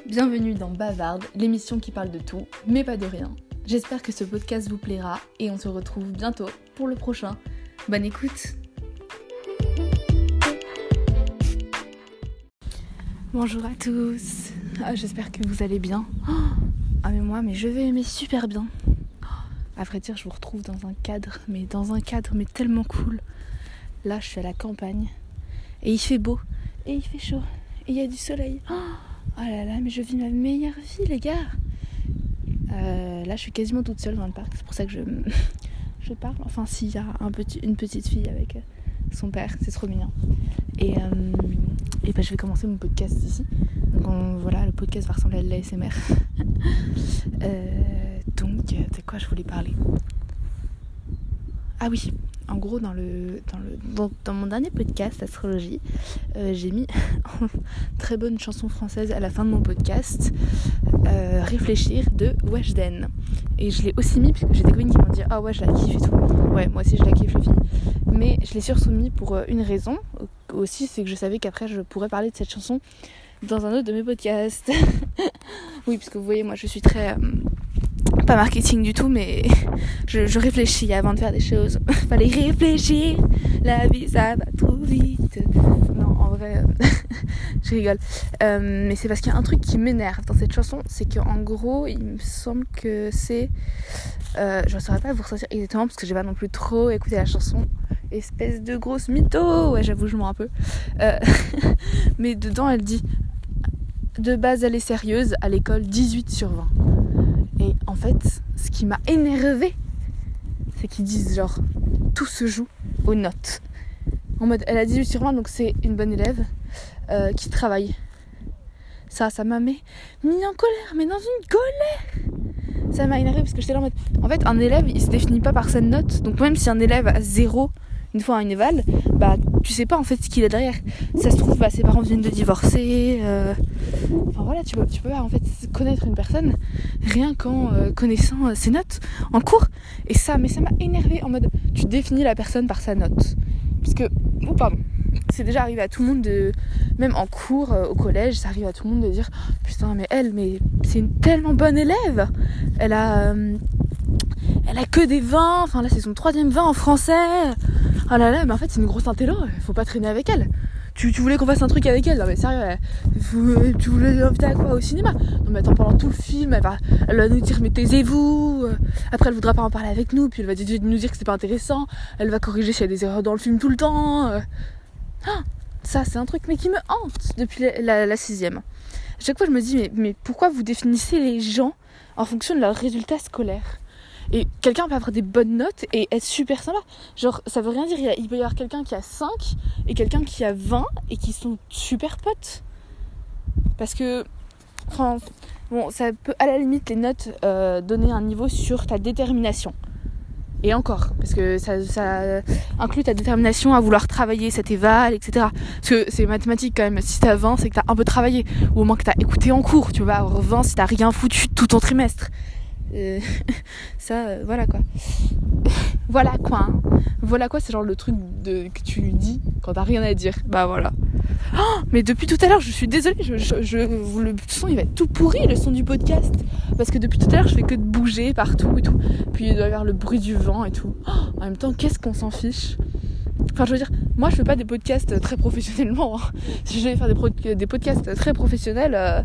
Bienvenue dans Bavarde, l'émission qui parle de tout, mais pas de rien. J'espère que ce podcast vous plaira et on se retrouve bientôt pour le prochain. Bonne écoute! Bonjour à tous, j'espère que vous allez bien. Mais je vais super bien. À vrai dire, je vous retrouve dans un cadre mais tellement cool. Là, je suis à la campagne et il fait beau et il fait chaud et il y a du soleil. Oh là là, mais je vis ma meilleure vie, les gars. Là, je suis quasiment toute seule dans le parc, c'est pour ça que je parle. Enfin, s'il y a une petite fille avec son père, c'est trop mignon. Et je vais commencer mon podcast ici. Donc voilà, le podcast va ressembler à de l'ASMR. Donc, de quoi je voulais parler ? Ah oui, en gros, dans mon dernier podcast Astrologie, j'ai mis une très bonne chanson française à la fin de mon podcast, Réfléchir de Weshden. Et je l'ai aussi mis parce que j'ai des copines qui m'ont dit « Ah ouais, je la kiffe et tout ». Ouais, moi aussi je la kiffe, les filles. Mais je l'ai sursoumis pour une raison aussi, c'est que je savais qu'après je pourrais parler de cette chanson dans un autre de mes podcasts. Oui, parce que vous voyez, moi je suis très... pas marketing du tout, mais je réfléchis avant de faire des choses. Fallait réfléchir, la vie ça va trop vite. Non, en vrai, je rigole. Mais c'est parce qu'il y a un truc qui m'énerve dans cette chanson, c'est qu'en gros, il me semble que c'est... je ne saurais pas vous ressortir exactement parce que j'ai pas non plus trop écouté la chanson. Espèce de grosse mytho. Ouais, j'avoue, je mens un peu. Mais dedans, elle dit... De base, elle est sérieuse, à l'école 18 sur 20. Et en fait, ce qui m'a énervée, c'est qu'ils disent genre, tout se joue aux notes. En mode, elle a 18 sur 20, donc c'est une bonne élève qui travaille. Ça m'a mis en colère, mais dans une colère. Ça m'a énervée parce que j'étais là en mode... En fait, un élève, il se définit pas par sa note. Donc même si un élève a 0 une fois un éval, bah tu sais pas en fait ce qu'il a derrière. Ça se trouve, ses parents viennent de divorcer. Enfin voilà, tu peux pas en fait connaître une personne rien qu'en connaissant ses notes en cours. Et ça m'a énervée en mode tu définis la personne par sa note. Puisque, c'est déjà arrivé à tout le monde même en cours, au collège, ça arrive à tout le monde de dire putain mais c'est une tellement bonne élève. Elle a que des 20, enfin là c'est son 3e 20 en français. Oh là là, mais en fait c'est une grosse intello, faut pas traîner avec elle. Tu voulais qu'on fasse un truc avec elle? Non mais sérieux, tu voulais l'inviter à quoi? Au cinéma? Non mais attends, pendant tout le film, elle va nous dire mais taisez-vous. Après elle voudra pas en parler avec nous, puis elle va nous dire que c'est pas intéressant. Elle va corriger s'il y a des erreurs dans le film tout le temps. Ça c'est un truc mais qui me hante depuis la 6e. À chaque fois je me dis mais pourquoi vous définissez les gens en fonction de leurs résultats scolaires? Et quelqu'un peut avoir des bonnes notes et être super sympa. Genre, ça veut rien dire. Il peut y avoir quelqu'un qui a 5 et quelqu'un qui a 20 et qui sont super potes. Parce que, ça peut à la limite les notes donner un niveau sur ta détermination. Et encore, parce que ça inclut ta détermination à vouloir travailler cet éval, etc. Parce que c'est mathématique quand même. Si t'as 20, c'est que t'as un peu travaillé. Ou au moins que t'as écouté en cours. Tu vas avoir 20 si t'as rien foutu tout ton trimestre. Voilà quoi. Voilà quoi, c'est genre le truc que tu dis quand t'as rien à dire. Bah voilà. Mais depuis tout à l'heure, je suis désolée, le son il va être tout pourri, le son du podcast. Parce que depuis tout à l'heure, je fais que de bouger partout et tout. Puis il doit y avoir le bruit du vent et tout. En même temps, qu'est-ce qu'on s'en fiche? Enfin, je veux dire, moi je fais pas des podcasts très professionnellement. Si je devais faire des podcasts très professionnels,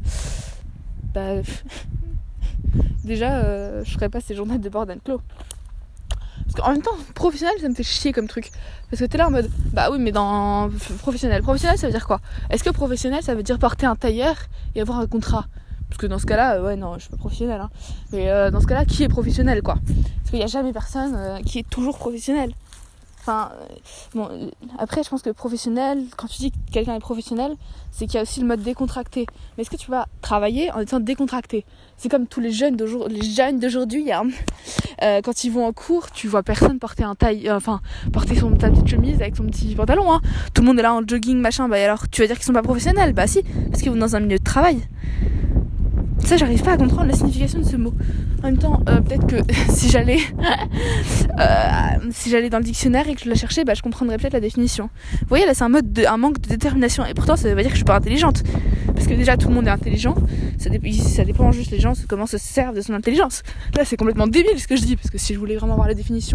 déjà, je ferais pas ces journées de bord clos. Parce qu'en même temps, professionnel, ça me fait chier comme truc. Parce que t'es là en mode, bah oui, mais dans professionnel. Professionnel, ça veut dire quoi? Est-ce que professionnel, ça veut dire porter un tailleur et avoir un contrat? Parce que dans ce cas-là, ouais, non, je suis pas professionnelle. Hein. Mais dans ce cas-là, qui est professionnel, quoi? Parce qu'il y a jamais personne qui est toujours professionnel. Enfin, après je pense que professionnel, quand tu dis que quelqu'un est professionnel, c'est qu'il y a aussi le mode décontracté. Mais est-ce que tu vas travailler en étant décontracté? C'est comme tous les jeunes d'aujourd'hui, quand ils vont en cours, tu vois personne porter porter sa petite chemise avec son petit pantalon. Hein. Tout le monde est là en jogging, machin. Bah alors, tu vas dire qu'ils sont pas professionnels? Bah si, parce qu'ils vont dans un milieu de travail. Ça, j'arrive pas à comprendre la signification de ce mot. En même temps, peut-être que si j'allais dans le dictionnaire et que je la cherchais, je comprendrais peut-être la définition. Vous voyez, là, c'est un manque de détermination. Et pourtant, ça veut pas dire que je suis pas intelligente. parce que déjà tout le monde est intelligent, ça dépend juste les gens comment se servent de son intelligence. Là c'est complètement débile ce que je dis, parce que si je voulais vraiment avoir la définition,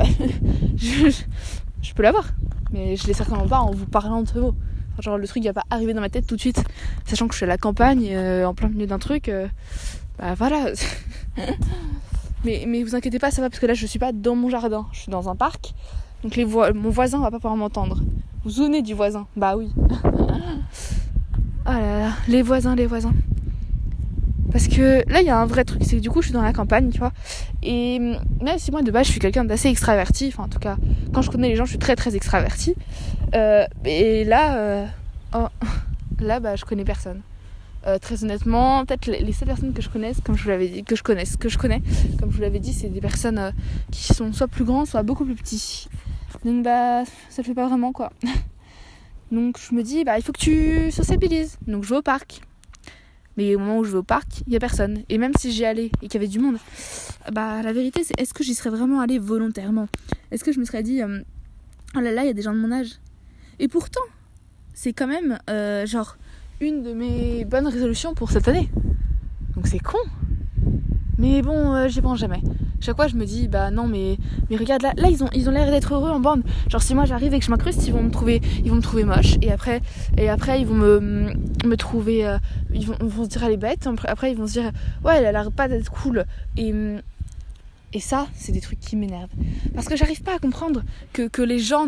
je peux l'avoir, mais je l'ai certainement pas en vous parlant de ce mot. Enfin, genre le truc va pas arriver dans ma tête tout de suite, sachant que je suis à la campagne, en plein milieu d'un truc, voilà. mais vous inquiétez pas, ça va, parce que là je suis pas dans mon jardin, je suis dans un parc, donc mon voisin va pas pouvoir m'entendre. Vous vous souvenez du voisin? Bah oui. Ah là là, les voisins. Parce que là il y a un vrai truc, c'est que du coup je suis dans la campagne, tu vois, et même si moi de base je suis quelqu'un d'assez extraverti, enfin en tout cas quand je connais les gens je suis très très extraverti, et là je connais personne. Très honnêtement, peut-être les seules personnes que je connaisse, comme je vous l'avais dit, que je connais, comme je vous l'avais dit, c'est des personnes qui sont soit plus grands, soit beaucoup plus petits. Donc ça le fait pas vraiment quoi. Donc je me dis il faut que tu sociabilises. Donc je vais au parc. Mais au moment où je vais au parc, il y a personne. Et même si j'y allais et qu'il y avait du monde, la vérité c'est, est-ce que j'y serais vraiment allée volontairement? Est-ce que je me serais dit oh là là, il y a des gens de mon âge? Et pourtant, c'est quand même une de mes bonnes résolutions pour cette année. Donc c'est con. Mais bon, j'y pense jamais. Chaque fois je me dis non mais regarde là ils ont l'air d'être heureux en bande. Genre si moi j'arrive et que je m'incruste, ils vont me trouver moche, et après ils vont me trouver ils vont se dire elle est bête, après ils vont se dire ouais elle a l'air pas d'être cool, et ça c'est des trucs qui m'énervent, parce que j'arrive pas à comprendre que les gens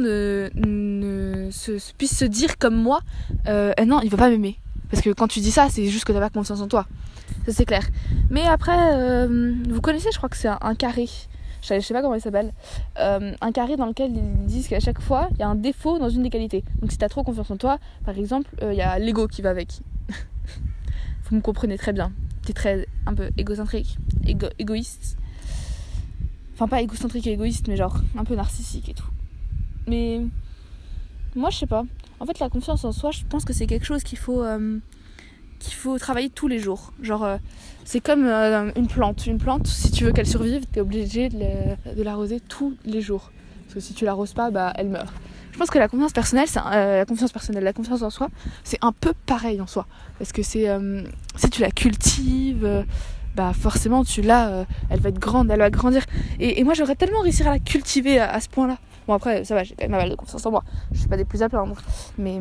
puissent se dire comme moi non il va pas m'aimer, parce que quand tu dis ça c'est juste que t'as pas confiance en toi. Ça c'est clair. Mais après, vous connaissez, je crois que c'est un carré. Je sais pas comment il s'appelle. Un carré dans lequel ils disent qu'à chaque fois, il y a un défaut dans une des qualités. Donc si t'as trop confiance en toi, par exemple, il y a l'ego qui va avec. Vous me comprenez très bien. T'es très un peu égocentrique, égoïste. Enfin pas égocentrique et égoïste, mais genre un peu narcissique et tout. Mais moi je sais pas. En fait la confiance en soi, je pense que c'est quelque chose qu'il faut travailler tous les jours. Genre c'est comme une plante, si tu veux qu'elle survive, t'es obligé de l'arroser tous les jours, parce que si tu l'arroses pas, elle meurt. Je pense que la confiance personnelle, la confiance en soi, c'est un peu pareil en soi, parce que c'est si tu la cultives, forcément tu l'as, elle va être grande, elle va grandir, et moi j'aurais tellement réussi à la cultiver à ce point là. Bon après ça va, j'ai quand même pas mal de confiance en moi, je suis pas des plus à plaindre, mais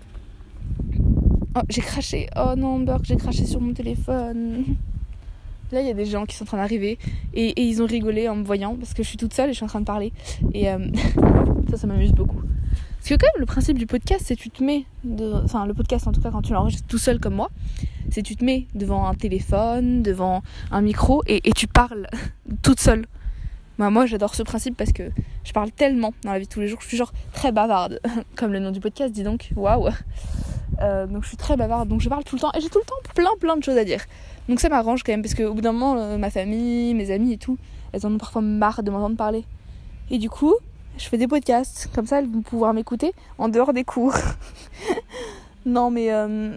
oh, j'ai craché. Oh non, Burke, j'ai craché sur mon téléphone. Là, il y a des gens qui sont en train d'arriver et ils ont rigolé en me voyant, parce que je suis toute seule et je suis en train de parler. Et ça m'amuse beaucoup. Parce que quand même, le principe du podcast, c'est que tu te mets... le podcast, en tout cas, quand tu l'enregistres tout seul comme moi, c'est que tu te mets devant un téléphone, devant un micro et tu parles toute seule. Moi, j'adore ce principe parce que je parle tellement dans la vie de tous les jours. Je suis genre très bavarde, comme le nom du podcast, dis donc. Waouh. Donc je suis très bavarde, donc je parle tout le temps et j'ai tout le temps plein de choses à dire, donc ça m'arrange quand même, parce qu'au bout d'un moment ma famille, mes amis et tout, elles en ont parfois marre de m'entendre parler, et du coup je fais des podcasts, comme ça elles vont pouvoir m'écouter en dehors des cours. Non mais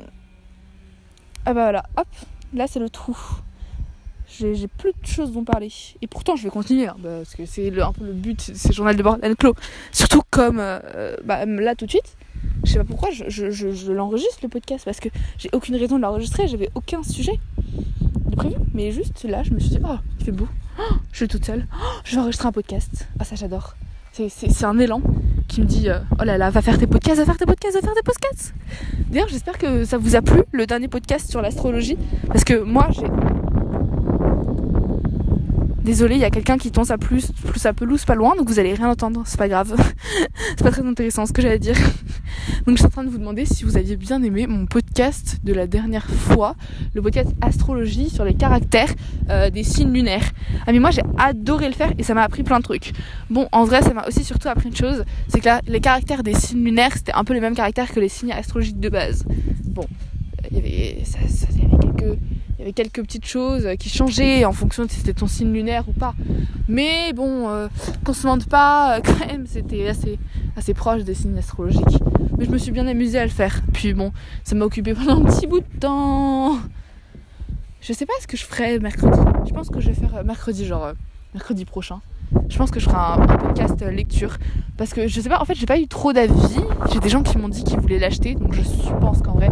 voilà, hop, là c'est le trou, j'ai plus de choses dont parler, et pourtant je vais continuer parce que c'est un peu le but, c'est journal de bord clos, surtout comme là tout de suite. Je sais pas pourquoi je l'enregistre le podcast, parce que j'ai aucune raison de l'enregistrer, j'avais aucun sujet de prévu, mais juste là je me suis dit il fait beau, je suis toute seule, je vais enregistrer un podcast. Ça j'adore, c'est un élan qui me dit oh là là, va faire tes podcasts. D'ailleurs j'espère que ça vous a plu, le dernier podcast sur l'astrologie, parce que moi j'ai... Désolée, il y a quelqu'un qui tombe sa pelouse pas loin, donc vous allez rien entendre, c'est pas grave. C'est pas très intéressant ce que j'allais dire. Donc je suis en train de vous demander si vous aviez bien aimé mon podcast de la dernière fois, le podcast astrologie sur les caractères des signes lunaires. Mais moi j'ai adoré le faire et ça m'a appris plein de trucs. Bon, en vrai ça m'a aussi surtout appris une chose, c'est que là, les caractères des signes lunaires c'était un peu les mêmes caractères que les signes astrologiques de base. Bon, il y avait quelques petites choses qui changeaient en fonction de si c'était ton signe lunaire ou pas. Mais bon, qu'on se mente pas, quand même, c'était assez proche des signes astrologiques. Mais je me suis bien amusée à le faire. Puis bon, ça m'a occupé pendant un petit bout de temps. Je sais pas ce que je ferai mercredi. Je pense que je vais faire mercredi prochain. Je pense que je ferai un podcast lecture. Parce que je sais pas, en fait, j'ai pas eu trop d'avis. J'ai des gens qui m'ont dit qu'ils voulaient l'acheter. Donc je pense qu'en vrai...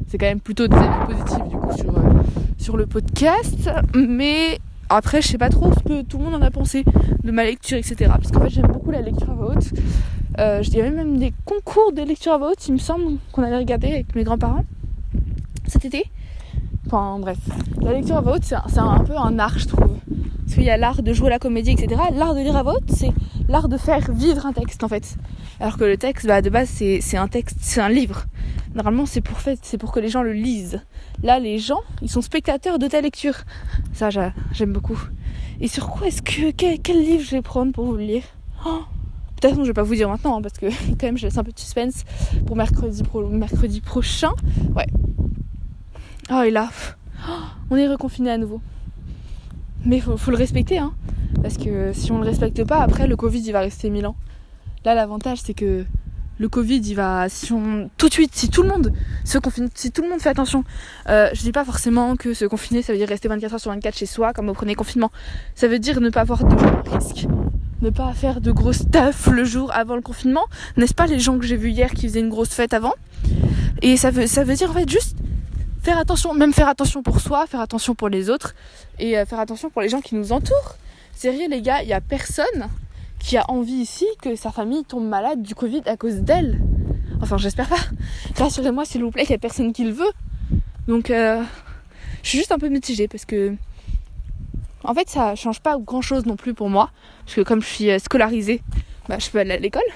c'est quand même plutôt des avis positifs du coup sur le podcast. Mais après, je sais pas trop ce que tout le monde en a pensé de ma lecture, etc. Parce qu'en fait, j'aime beaucoup la lecture à voix haute. Je dirais même des concours de lecture à voix haute, il me semble, qu'on avait regardé avec mes grands-parents cet été. Enfin bref, la lecture à voix haute, c'est un peu un art, je trouve. Parce qu'il y a l'art de jouer à la comédie, etc. L'art de lire à voix haute, c'est l'art de faire vivre un texte, en fait. Alors que le texte, de base, c'est un texte, c'est un livre. Normalement, c'est pour que les gens le lisent. Là, les gens, ils sont spectateurs de ta lecture. Ça, j'aime beaucoup. Et sur quoi quel livre je vais prendre pour vous le lire? De toute façon, je vais pas vous dire maintenant, parce que quand même, je laisse un peu de suspense pour mercredi prochain. Ouais. Oh, et là, on est reconfiné à nouveau. Mais faut le respecter, hein. Parce que si on le respecte pas, après, le Covid, il va rester 1000 ans. Là, l'avantage, c'est que le Covid, il va... tout de suite, si tout le monde se confine, si tout le monde fait attention, je dis pas forcément que se confiner, ça veut dire rester 24 heures sur 24 chez soi, comme au premier confinement. Ça veut dire ne pas avoir de risque. Ne pas faire de gros stuff le jour avant le confinement. N'est-ce pas les gens que j'ai vus hier qui faisaient une grosse fête avant? Et ça veut dire, en fait, juste faire attention, même faire attention pour soi, faire attention pour les autres et faire attention pour les gens qui nous entourent. Sérieux les gars, il y a personne qui a envie ici que sa famille tombe malade du Covid à cause d'elle. Enfin, j'espère pas. Rassurez-moi s'il vous plaît qu'il y a personne qui le veut. Donc je suis juste un peu mitigée parce que en fait ça change pas grand chose non plus pour moi. Parce que comme je suis scolarisée, je peux aller à l'école.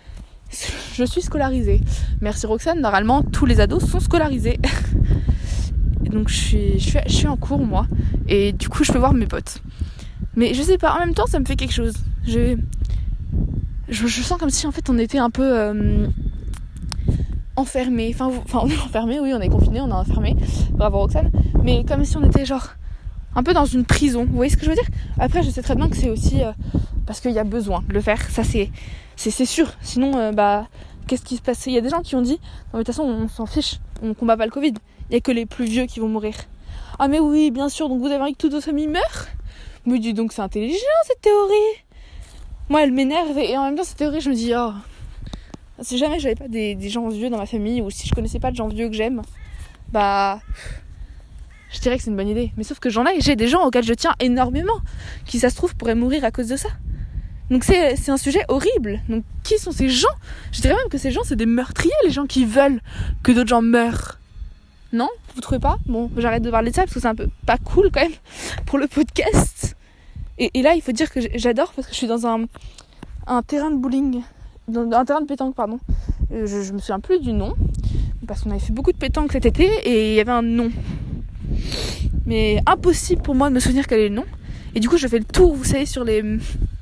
Je suis scolarisée. Merci Roxane, normalement tous les ados sont scolarisés. Donc je suis en cours moi. Et du coup je peux voir mes potes. Mais je sais pas, en même temps ça me fait quelque chose. Je sens comme si en fait on était un peu enfermés. Enfin on est enfermés, oui on est confinés, on est enfermés. Bravo Roxane. Mais comme si on était genre un peu dans une prison. Vous voyez ce que je veux dire? Après je sais très bien que c'est aussi parce qu'il y a besoin de le faire. Ça c'est sûr. Sinon qu'est-ce qui se passe? Il y a des gens qui ont dit non mais de toute façon on s'en fiche, on combat pas le Covid. Il y a que les plus vieux qui vont mourir. Ah mais oui bien sûr, donc vous avez envie que toute votre famille meure? Me dis donc c'est intelligent cette théorie. Moi elle m'énerve et en même temps cette théorie je me dis si jamais j'avais pas des gens vieux dans ma famille ou si je connaissais pas de gens vieux que j'aime, je dirais que c'est une bonne idée. Mais sauf que j'ai des gens auxquels je tiens énormément qui ça se trouve pourraient mourir à cause de ça. Donc c'est un sujet horrible. Donc qui sont ces gens? Je dirais même que ces gens c'est des meurtriers, les gens qui veulent que d'autres gens meurent. Non? Vous trouvez pas? Bon, j'arrête de parler de ça parce que c'est un peu pas cool quand même pour le podcast. Et là, il faut dire que j'adore parce que je suis dans un terrain de bowling, dans un terrain de pétanque, pardon. Je me souviens plus du nom parce qu'on avait fait beaucoup de pétanque cet été et il y avait un nom. Mais impossible pour moi de me souvenir quel est le nom. Et du coup, je fais le tour, vous savez, sur les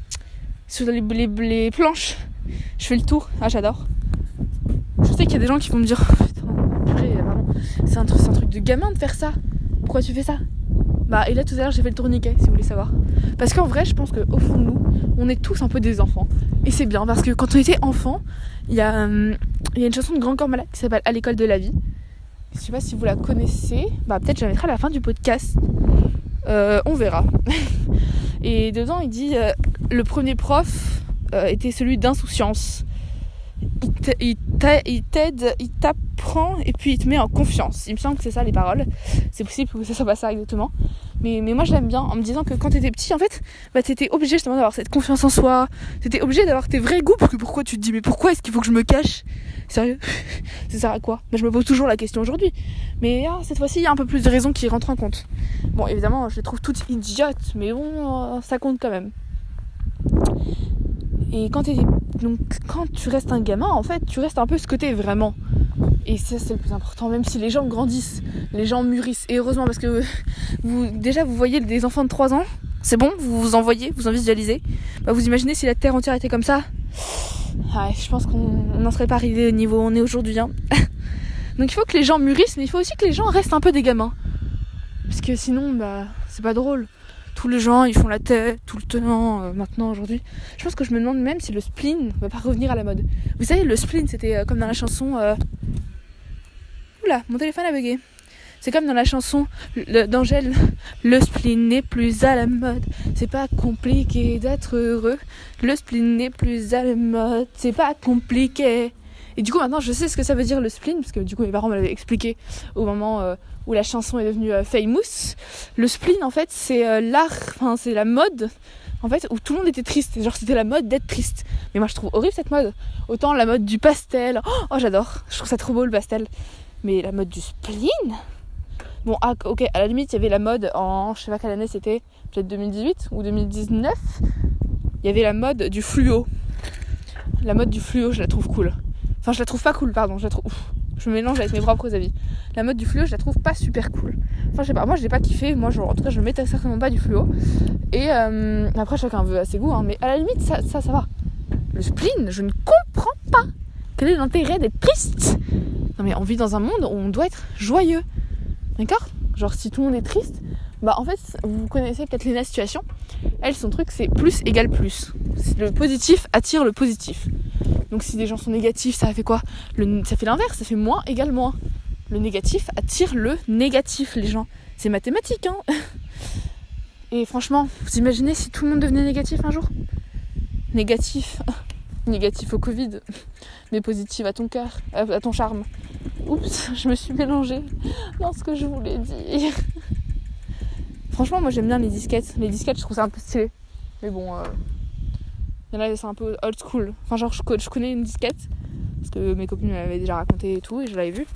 planches. Je fais le tour. Ah, j'adore. Je sais qu'il y a des gens qui vont me dire c'est un truc de gamin de faire ça. Pourquoi tu fais ça? Et là tout à l'heure j'ai fait le tourniquet si vous voulez savoir. Parce qu'en vrai je pense qu'au fond de nous on est tous un peu des enfants. Et c'est bien parce que quand on était enfant il y a une chanson de Grand Corps Malade qui s'appelle À l'école de la vie. Je sais pas si vous la connaissez. Peut-être je la mettrai à la fin du podcast. On verra. Et dedans il dit le premier prof était celui d'insouciance. Il t'aide, il t'apprend et puis il te met en confiance. Il me semble que c'est ça les paroles. C'est possible que ça soit pas ça exactement. Mais moi je l'aime bien en me disant que quand t'étais petit en fait, t'étais obligé justement d'avoir cette confiance en soi. T'étais obligé d'avoir tes vrais goûts parce que pourquoi tu te dis mais pourquoi est-ce qu'il faut que je me cache? Sérieux? Ça sert à quoi? Je me pose toujours la question aujourd'hui. Mais cette fois-ci il y a un peu plus de raisons qui rentrent en compte. Bon évidemment je les trouve toutes idiotes mais bon ça compte quand même. Et quand tu restes un gamin, en fait, tu restes un peu ce que t'es vraiment. Et ça, c'est le plus important. Même si les gens grandissent, les gens mûrissent. Et heureusement, parce que vous voyez des enfants de 3 ans, c'est bon, vous en voyez, vous en visualisez. Vous imaginez si la Terre entière était comme ça? Je pense qu'on n'en serait pas arrivé au niveau où on est aujourd'hui. Hein. Donc il faut que les gens mûrissent, mais il faut aussi que les gens restent un peu des gamins. Parce que sinon, c'est pas drôle. Tous les gens ils font la tête tout le temps maintenant aujourd'hui. Je pense que je me demande même si le spleen va pas revenir à la mode. Vous savez le spleen c'était comme dans la chanson Oula mon téléphone a bugué. C'est comme dans la chanson d'Angèle. Le spleen n'est plus à la mode. C'est pas compliqué d'être heureux. Le spleen n'est plus à la mode. C'est pas compliqué. Et du coup maintenant je sais ce que ça veut dire le spleen, parce que du coup mes parents me l'avaient expliqué au moment où la chanson est devenue famous. Le spleen en fait c'est l'art, enfin c'est la mode en fait où tout le monde était triste, genre c'était la mode d'être triste. Mais moi je trouve horrible cette mode. Autant la mode du pastel, oh j'adore, je trouve ça trop beau le pastel. Mais la mode du spleen, bon ok, à la limite il y avait la mode en, je sais pas quelle année c'était, peut-être 2018 ou 2019, il y avait la mode du fluo. La mode du fluo je la trouve cool. Enfin, je la trouve pas cool, pardon, je la trouve... Je me mélange avec mes propres avis. La mode du fluo, je la trouve pas super cool. Enfin, je sais pas, moi je l'ai pas kiffé, moi en tout cas je mettais certainement pas du fluo. Et après chacun veut à ses goûts, hein, mais à la limite ça va. Le spleen, je ne comprends pas. Quel est l'intérêt d'être triste ? Non mais on vit dans un monde où on doit être joyeux. D'accord ? Genre si tout le monde est triste, bah en fait, vous connaissez peut-être Léna Situation. Elle, son truc c'est plus égale plus. Le positif attire le positif. Donc si des gens sont négatifs, ça fait quoi ? Ça fait l'inverse, ça fait moins égale moins. Le négatif attire le négatif, les gens. C'est mathématique, hein. Et franchement, vous imaginez si tout le monde devenait négatif un jour ? Négatif au Covid, mais positif à ton cœur, à ton charme. Oups, je me suis mélangée dans ce que je voulais dire. Franchement, moi j'aime bien les disquettes. Les disquettes, je trouve ça un peu stylé. Mais bon... Il y en a, c'est un peu old school. Enfin, genre, je connais une disquette, parce que mes copines m'avaient déjà raconté et tout, et je l'avais vue,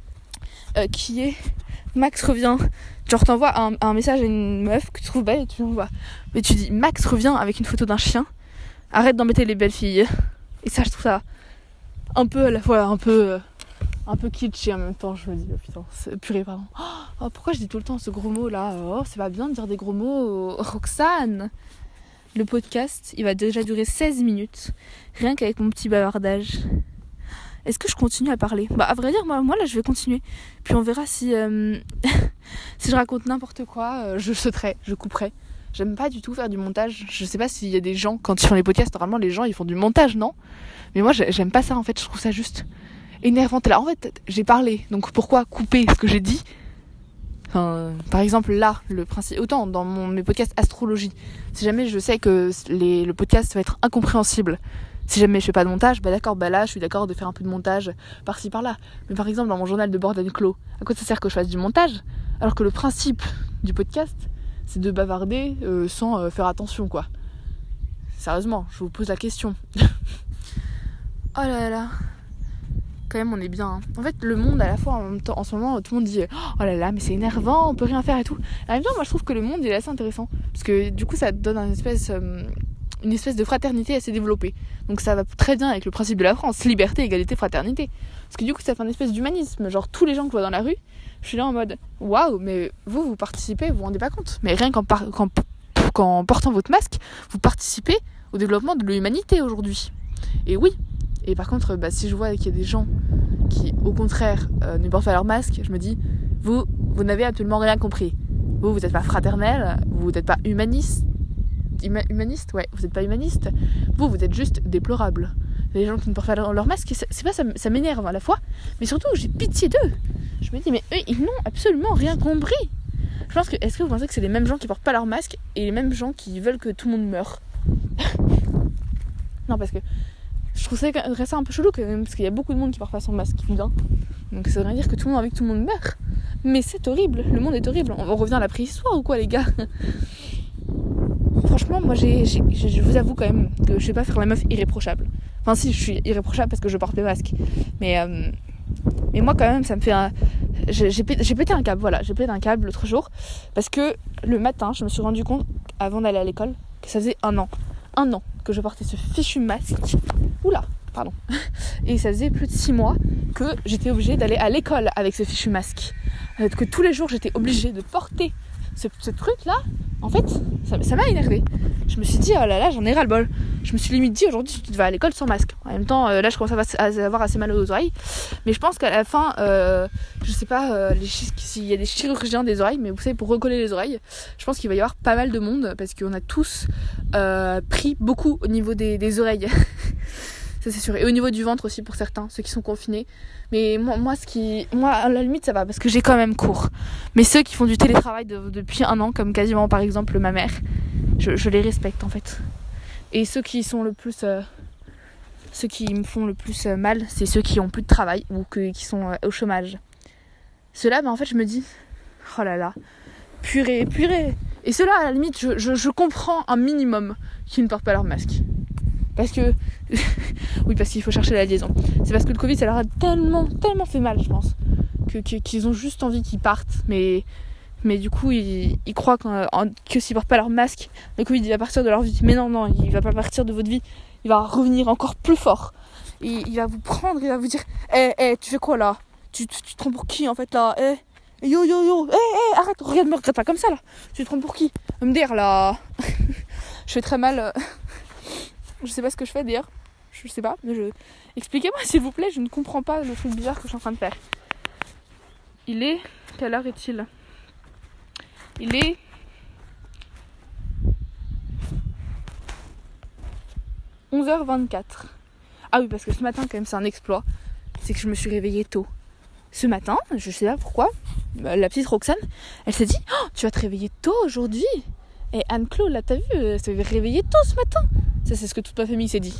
qui est Max revient. Genre, t'envoies un message à une meuf que tu trouves belle et tu l'envoies. Mais tu dis Max revient avec une photo d'un chien, arrête d'embêter les belles filles. Et ça, je trouve ça un peu à la fois, un peu kitsch et en même temps, je me dis, oh putain, c'est purée, pardon. Oh, pourquoi je dis tout le temps ce gros mot là ? Oh, c'est pas bien de dire des gros mots, Roxane. Le podcast, il va déjà durer 16 minutes, rien qu'avec mon petit bavardage. Est-ce que je continue à parler ? Bah à vrai dire, moi là je vais continuer. Puis on verra si si je raconte n'importe quoi, je sauterai, je couperai. J'aime pas du tout faire du montage. Je sais pas s'il y a des gens, quand ils font les podcasts, normalement les gens ils font du montage, non ? Mais moi j'aime pas ça en fait, je trouve ça juste énervant. Là en fait j'ai parlé, donc pourquoi couper ce que j'ai dit ? Enfin, par exemple là, le principe, autant dans mes podcasts astrologie, si jamais je sais que le podcast va être incompréhensible, si jamais je fais pas de montage, bah d'accord, bah là je suis d'accord de faire un peu de montage par-ci par-là. Mais par exemple dans mon journal de bord and clos, à quoi ça sert que je fasse du montage alors que le principe du podcast c'est de bavarder sans faire attention quoi. Sérieusement, je vous pose la question. Oh là là. Quand même on est bien, hein. En fait le monde à la fois en même temps, en ce moment tout le monde dit oh là là mais c'est énervant, on peut rien faire et tout. En même temps moi je trouve que le monde il est assez intéressant parce que du coup ça donne une espèce de fraternité assez développée. Donc ça va très bien avec le principe de la France, liberté, égalité, fraternité. Parce que du coup ça fait une espèce d'humanisme, genre tous les gens que je vois dans la rue, je suis là en mode waouh mais vous participez, vous vous rendez pas compte. Mais rien qu'en portant votre masque, vous participez au développement de l'humanité aujourd'hui. Et oui. Et par contre, si je vois qu'il y a des gens qui, au contraire, ne portent pas leur masque, je me dis, vous n'avez absolument rien compris. Vous n'êtes pas fraternel, vous n'êtes pas humaniste. Humaniste, ouais, vous n'êtes pas humaniste. Vous êtes juste déplorable. Les gens qui ne portent pas leur masque, c'est pas ça m'énerve à la fois, mais surtout, j'ai pitié d'eux. Je me dis, mais eux, ils n'ont absolument rien compris. Je pense que, est-ce que vous pensez que c'est les mêmes gens qui portent pas leur masque et les mêmes gens qui veulent que tout le monde meure ? Non, parce que je trouve ça un peu chelou quand même, parce qu'il y a beaucoup de monde qui porte pas son masque bien. Donc ça veut dire que tout le monde a envie que tout le monde meure. Mais c'est horrible, le monde est horrible. On revient à la préhistoire ou quoi les gars ? Franchement moi je vous avoue quand même que je sais pas faire la meuf irréprochable. Enfin si, je suis irréprochable parce que je porte le masque. Mais moi quand même ça me fait j'ai pété un câble, voilà. J'ai pété un câble l'autre jour parce que le matin je me suis rendu compte avant d'aller à l'école que ça faisait un an que je portais ce fichu masque. Oula, pardon. Et ça faisait plus de 6 mois que j'étais obligée d'aller à l'école avec ce fichu masque. Que tous les jours j'étais obligée de porter ce truc là. En fait, ça m'a énervée. Je me suis dit, oh là là, j'en ai ras le bol. Je me suis limite dit, aujourd'hui tu vas à l'école sans masque. En même temps, là je commence à avoir assez mal aux oreilles. Mais je pense qu'à la fin, je sais pas s'il y a des chirurgiens des oreilles, mais vous savez, pour recoller les oreilles, je pense qu'il va y avoir pas mal de monde parce qu'on a tous pris beaucoup au niveau des oreilles. Ça c'est sûr. Et au niveau du ventre aussi pour certains, ceux qui sont confinés. Mais moi à la limite ça va parce que j'ai quand même cours. Mais ceux qui font du télétravail depuis 1 an, comme quasiment par exemple ma mère, je les respecte en fait. Et ceux qui sont le plus ceux qui me font le plus mal, c'est ceux qui ont plus de travail ou qui sont au chômage. Ceux-là, en fait, je me dis, oh là là, purée. Et ceux-là, à la limite, je comprends un minimum qu'ils ne portent pas leur masque. Parce que... oui, parce qu'il faut chercher la liaison. C'est parce que le Covid, ça leur a tellement fait mal, je pense, qu'ils ont juste envie qu'ils partent. Mais du coup, ils croient que s'ils portent pas leur masque, le Covid, il va partir de leur vie. Mais non, il va pas partir de votre vie. Il va revenir encore plus fort. Et il va vous prendre, il va vous dire tu fais quoi là? Tu te prends pour qui en fait là? Yo, arrête, me regarde pas comme ça là. Tu te prends pour qui? Me dire là. Je fais très mal. Je sais pas ce que je fais d'ailleurs. Je sais pas. Expliquez-moi s'il vous plaît, je ne comprends pas le truc bizarre que je suis en train de faire. Quelle heure est-il? Il est 11h24. Ah oui, parce que ce matin quand même c'est un exploit. C'est que je me suis réveillée tôt. Ce matin, je sais pas pourquoi, la petite Roxane, elle s'est dit tu vas te réveiller tôt aujourd'hui. Et Anne-Claude, là t'as vu, elle s'est réveillée tôt ce matin. Ça c'est ce que toute ma famille s'est dit.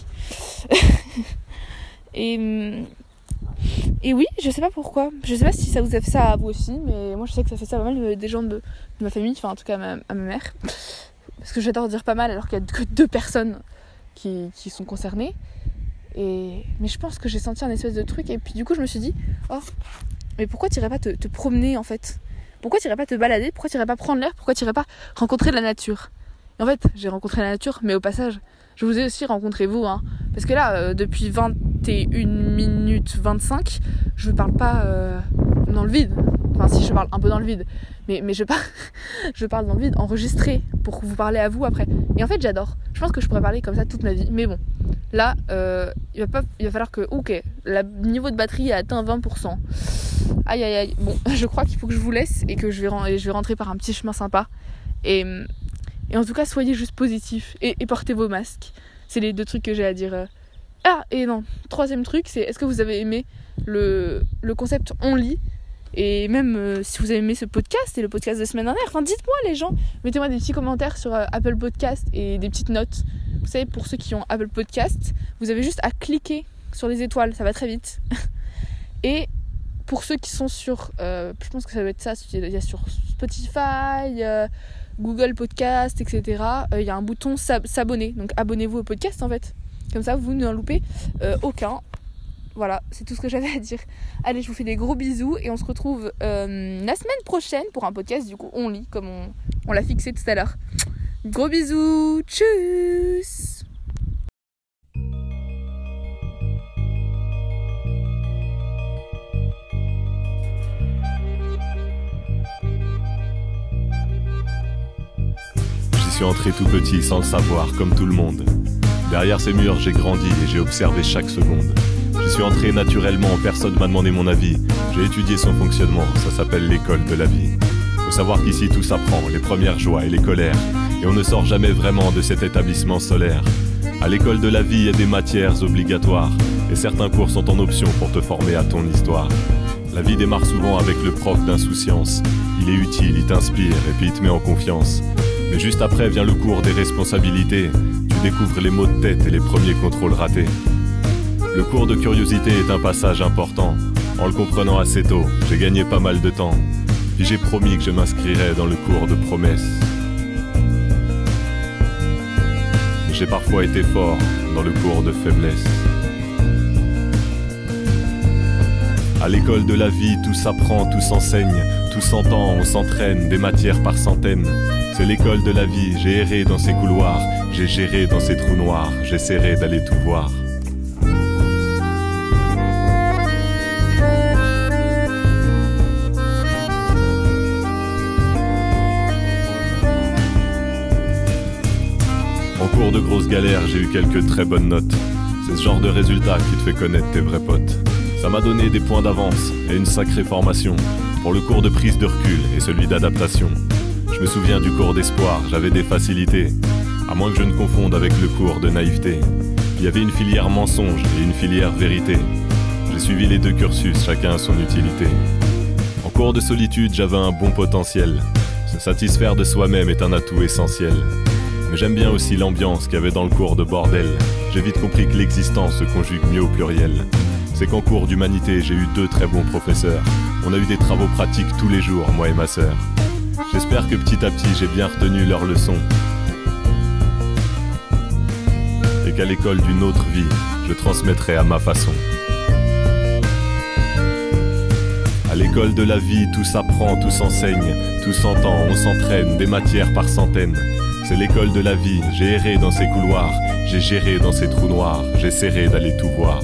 Et oui, je sais pas pourquoi. Je sais pas si ça vous a fait ça à vous aussi, mais moi je sais que ça fait ça pas mal des gens de ma famille, enfin en tout cas à ma mère. Parce que j'adore dire pas mal alors qu'il y a que 2 personnes qui sont concernées. Mais je pense que j'ai senti un espèce de truc et puis du coup je me suis dit mais pourquoi t'irais pas te promener en fait? Pourquoi t'irais pas te balader? Pourquoi t'irais pas prendre l'air? Pourquoi t'irais pas rencontrer la nature? Et en fait j'ai rencontré la nature, mais au passage je vous ai aussi rencontré vous, parce que là depuis 21 minutes 25 je parle pas dans le vide. Enfin si, je parle un peu dans le vide, mais je parle dans le vide enregistré pour vous parler à vous après. Et en fait j'adore, je pense que je pourrais parler comme ça toute ma vie, mais bon là il va falloir que le niveau de batterie a atteint 20%. Aïe, bon je crois qu'il faut que je vous laisse et que je vais rentrer par un petit chemin sympa et en tout cas soyez juste positifs et portez vos masques. C'est les 2 trucs que j'ai à dire. Et non, 3e truc, c'est est-ce que vous avez aimé le concept on lit? Et même si vous avez aimé ce podcast et le podcast de semaine dernière, enfin dites-moi les gens, mettez-moi des petits commentaires sur Apple Podcast et des petites notes. Vous savez, pour ceux qui ont Apple Podcast, vous avez juste à cliquer sur les étoiles, ça va très vite. Et pour ceux qui sont sur, je pense que ça doit être ça, il y a sur Spotify, Google Podcast, etc. Il y a un bouton s'abonner, donc abonnez-vous au podcast en fait. Comme ça vous n'en loupez aucun. Voilà, c'est tout ce que j'avais à dire. Allez, je vous fais des gros bisous et on se retrouve la semaine prochaine pour un podcast du coup on lit comme on l'a fixé tout à l'heure. Gros bisous, tchuss. J'y suis entré tout petit sans le savoir, comme tout le monde. Derrière ces murs, j'ai grandi et j'ai observé chaque seconde. J'y suis entré naturellement, personne m'a demandé mon avis. J'ai étudié son fonctionnement, ça s'appelle l'école de la vie. Faut savoir qu'ici tout s'apprend, les premières joies et les colères. Et on ne sort jamais vraiment de cet établissement solaire. À l'école de la vie, il y a des matières obligatoires. Et certains cours sont en option pour te former à ton histoire. La vie démarre souvent avec le prof d'insouciance. Il est utile, il t'inspire et puis il te met en confiance. Mais juste après vient le cours des responsabilités. Tu découvres les maux de tête et les premiers contrôles ratés. Le cours de curiosité est un passage important. En le comprenant assez tôt, j'ai gagné pas mal de temps. Puis j'ai promis que je m'inscrirais dans le cours de promesses. J'ai parfois été fort dans le cours de faiblesse. À l'école de la vie, tout s'apprend, tout s'enseigne, tout s'entend, on s'entraîne, des matières par centaines. C'est l'école de la vie, j'ai erré dans ces couloirs, j'ai géré dans ces trous noirs, j'essaierai d'aller tout voir. En cours de grosses galères, j'ai eu quelques très bonnes notes. C'est ce genre de résultat qui te fait connaître tes vrais potes. Ça m'a donné des points d'avance et une sacrée formation pour le cours de prise de recul et celui d'adaptation. Je me souviens du cours d'espoir, j'avais des facilités, à moins que je ne confonde avec le cours de naïveté. Il y avait une filière mensonge et une filière vérité. J'ai suivi les 2 cursus, chacun a son utilité. En cours de solitude, j'avais un bon potentiel. Se satisfaire de soi-même est un atout essentiel. mais j'aime bien aussi l'ambiance qu'il y avait dans le cours de bordel. J'ai vite compris que l'existence se conjugue mieux au pluriel. C'est qu'en cours d'humanité, j'ai eu 2 très bons professeurs. On a eu des travaux pratiques tous les jours, moi et ma sœur. J'espère que petit à petit, j'ai bien retenu leurs leçons. Et qu'à l'école d'une autre vie, je transmettrai à ma façon. À l'école de la vie, tout s'apprend, tout s'enseigne, tout s'entend, on s'entraîne, des matières par centaines. C'est l'école de la vie, j'ai erré dans ses couloirs, j'ai géré dans ses trous noirs, j'essaierai d'aller tout voir.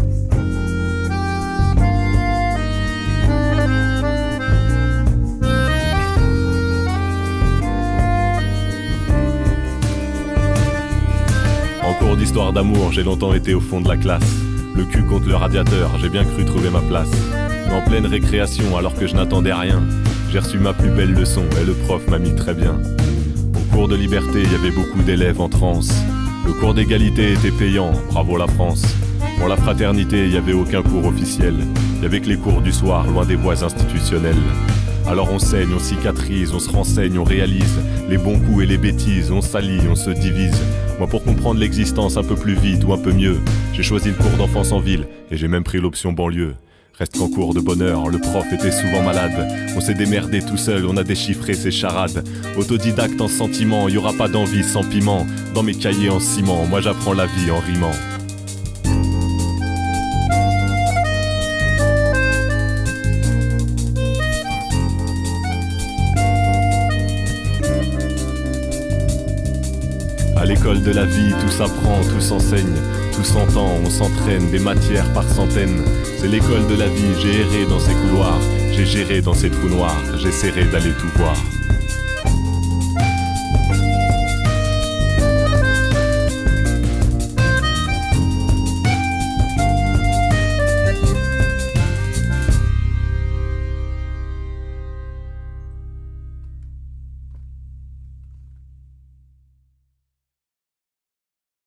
En cours d'histoire d'amour, j'ai longtemps été au fond de la classe. Le cul contre le radiateur, j'ai bien cru trouver ma place. Mais en pleine récréation, alors que je n'attendais rien, j'ai reçu ma plus belle leçon et le prof m'a mis très bien. Au cours de liberté, il y avait beaucoup d'élèves en transe. Le cours d'égalité était payant, bravo la France. Pour la fraternité, il n'y avait aucun cours officiel. Il n'y avait que les cours du soir, loin des voies institutionnelles. Alors on saigne, on cicatrise, on se renseigne, on réalise les bons coups et les bêtises, on s'allie, on se divise. Moi pour comprendre l'existence un peu plus vite ou un peu mieux, j'ai choisi le cours d'enfance en ville et j'ai même pris l'option banlieue. Reste qu'en cours de bonheur, le prof était souvent malade. On s'est démerdé tout seul, on a déchiffré ses charades. Autodidacte en sentiment, y aura pas d'envie sans piment. Dans mes cahiers en ciment, moi j'apprends la vie en rimant. À l'école de la vie, tout s'apprend, tout s'enseigne, tout s'entend, on s'entraîne, des matières par centaines. C'est l'école de la vie, j'ai erré dans ses couloirs, j'ai géré dans ses trous noirs, j'essaierai d'aller tout voir.